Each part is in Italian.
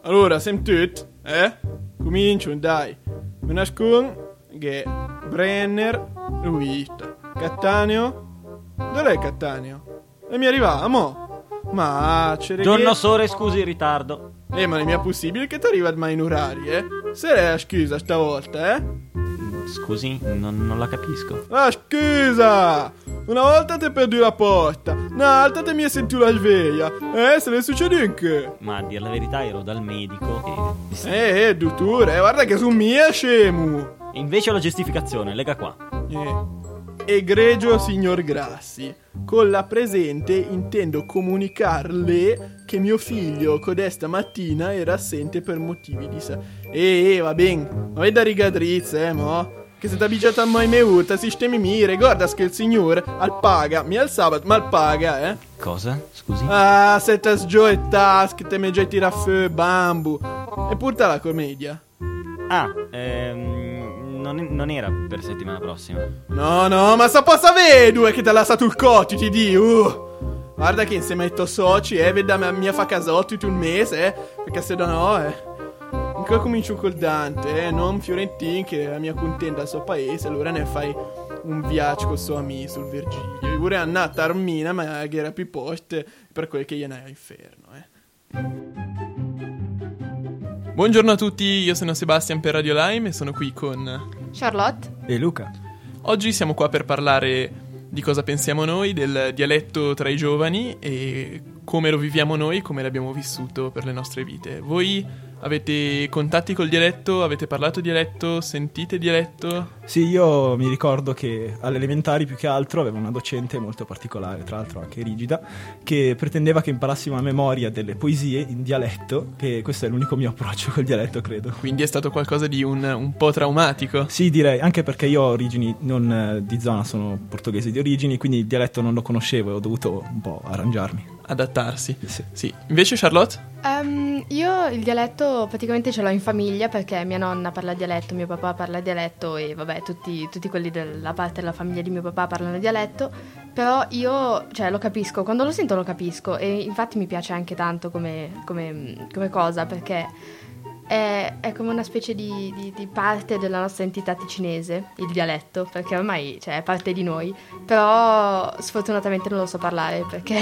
Allora, siamo tutti, Comincio, dai. Mi nascondo che Brenner, Luita, Cattaneo. Dov'è Cattaneo? E mi arriva, mo. Ma c'è Giorno sole, scusi il ritardo. Ma non è mica possibile che ti arriva mai in orari, Se è la scusa stavolta, Scusi, non la capisco. La scusa! Una volta ti perdi la porta, un'altra ti mi senti la sveglia. Se ne succede anche. Ma a dir la verità ero dal medico e... dottore, guarda che sono mia, scemo. Invece ho la giustificazione, lega qua. Egregio signor Grassi, con la presente intendo comunicarle che mio figlio codesta mattina era assente per motivi di va bene, ma vai da rigadrizza, mo. Che se t'abbigiata a mai meuta, sistemi mire, guarda che il signore al paga, mi al sabato, ma al paga, Cosa? Scusi? Se te sgio e task, te me già tira fe bambu. E porta la commedia. Non era per settimana prossima. No, ma sapassa vedo che ti ha lasciato il cotto, ti dico. Guarda che insieme ai tuoi soci, vedi mia fa casotto tutto un mese, perché se no, Ancora comincio col Dante, non Fiorentin, che è la mia contenta al suo paese, allora ne fai un viaggio con suo amico sul Virgilio. Pure andata a Armina, ma che era più poste per quel che gliene è all'inferno, Buongiorno a tutti, io sono Sebastian per Radio Lime e sono qui con Charlotte e Luca. Oggi siamo qua per parlare di cosa pensiamo noi del dialetto tra i giovani e come lo viviamo noi, come l'abbiamo vissuto per le nostre vite. Voi avete contatti col dialetto? Avete parlato dialetto? Sentite dialetto? Sì, io mi ricordo che alle elementari più che altro avevo una docente molto particolare, tra l'altro anche rigida, che pretendeva che imparassimo a memoria delle poesie in dialetto, che questo è l'unico mio approccio col dialetto, credo. Quindi è stato qualcosa di un po' traumatico? Sì, direi, anche perché io ho origini non di zona, sono portoghese di origini, quindi il dialetto non lo conoscevo e ho dovuto un po' arrangiarmi. Adattarsi. Sì. Invece Charlotte? Io il dialetto praticamente ce l'ho in famiglia perché mia nonna parla dialetto, mio papà parla dialetto e vabbè tutti quelli della parte della famiglia di mio papà parlano dialetto, però io lo capisco, quando lo sento lo capisco e infatti mi piace anche tanto come cosa perché è come una specie di parte della nostra entità ticinese, il dialetto, perché ormai è parte di noi, però sfortunatamente non lo so parlare perché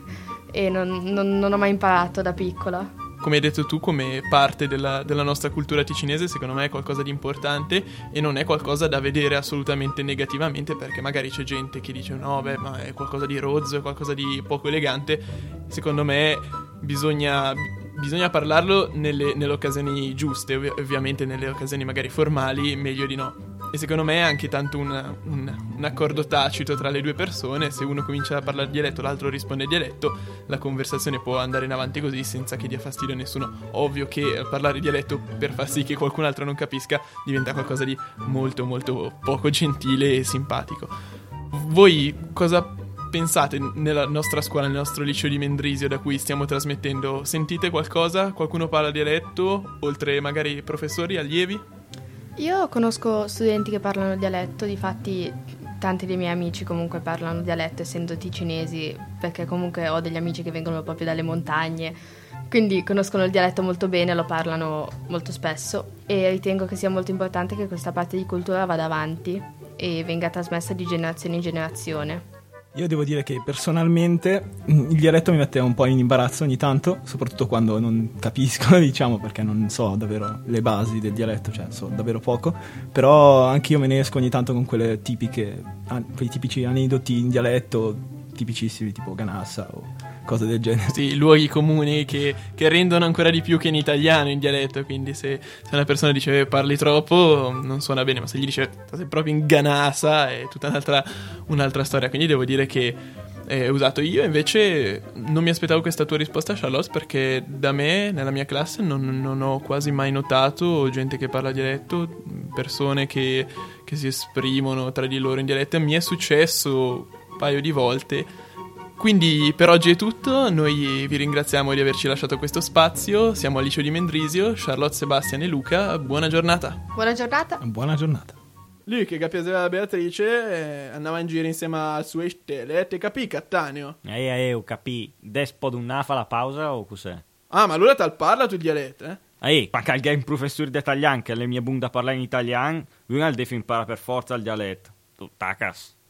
e non ho mai imparato da piccola. Come hai detto tu, come parte della nostra cultura ticinese, secondo me è qualcosa di importante e non è qualcosa da vedere assolutamente negativamente, perché magari c'è gente che dice no, ma è qualcosa di rozzo, è qualcosa di poco elegante. Secondo me bisogna parlarlo nelle occasioni giuste, ovviamente nelle occasioni magari formali, meglio di no. E secondo me è anche tanto un accordo tacito tra le due persone. Se uno comincia a parlare dialetto, l'altro risponde dialetto, la conversazione può andare in avanti così senza che dia fastidio a nessuno. Ovvio che parlare dialetto per far sì che qualcun altro non capisca diventa qualcosa di molto molto poco gentile e simpatico. Voi cosa pensate nella nostra scuola, nel nostro liceo di Mendrisio da cui stiamo trasmettendo? Sentite qualcosa? Qualcuno parla dialetto? Oltre magari professori, allievi? Io conosco studenti che parlano dialetto, difatti tanti dei miei amici comunque parlano dialetto essendo ticinesi, perché comunque ho degli amici che vengono proprio dalle montagne, quindi conoscono il dialetto molto bene, lo parlano molto spesso e ritengo che sia molto importante che questa parte di cultura vada avanti e venga trasmessa di generazione in generazione. Io devo dire che personalmente il dialetto mi mette un po' in imbarazzo ogni tanto, soprattutto quando non capisco, diciamo, perché non so davvero le basi del dialetto, so davvero poco, però anche io me ne esco ogni tanto con quei tipici aneddoti in dialetto tipicissimi, tipo Ganassa o cose del genere. Sì, luoghi comuni che rendono ancora di più che in italiano in dialetto, quindi se una persona dice parli troppo non suona bene, ma se gli dice sei proprio in Ganassa è tutta un'altra storia, quindi devo dire che ho usato. Io invece non mi aspettavo questa tua risposta, Charlotte, perché da me nella mia classe non ho quasi mai notato gente che parla dialetto, persone che si esprimono tra di loro in dialetto. Mi è successo un paio di volte. Quindi per oggi è tutto, noi vi ringraziamo di averci lasciato questo spazio, siamo al liceo di Mendrisio, Charlotte, Sebastian e Luca, buona giornata. Buona giornata. Buona giornata. Lui che piaceva la Beatrice andava in giro insieme al suo stelle, te capì Cattaneo? Ho capì, despo d'un fa la pausa o cos'è? Ah, ma allora tal parla tu il dialetto, eh? Ma che il professore d'italiano che le mie bunda parla in italiano, lui al defi impara per forza il dialetto. Tu tacas.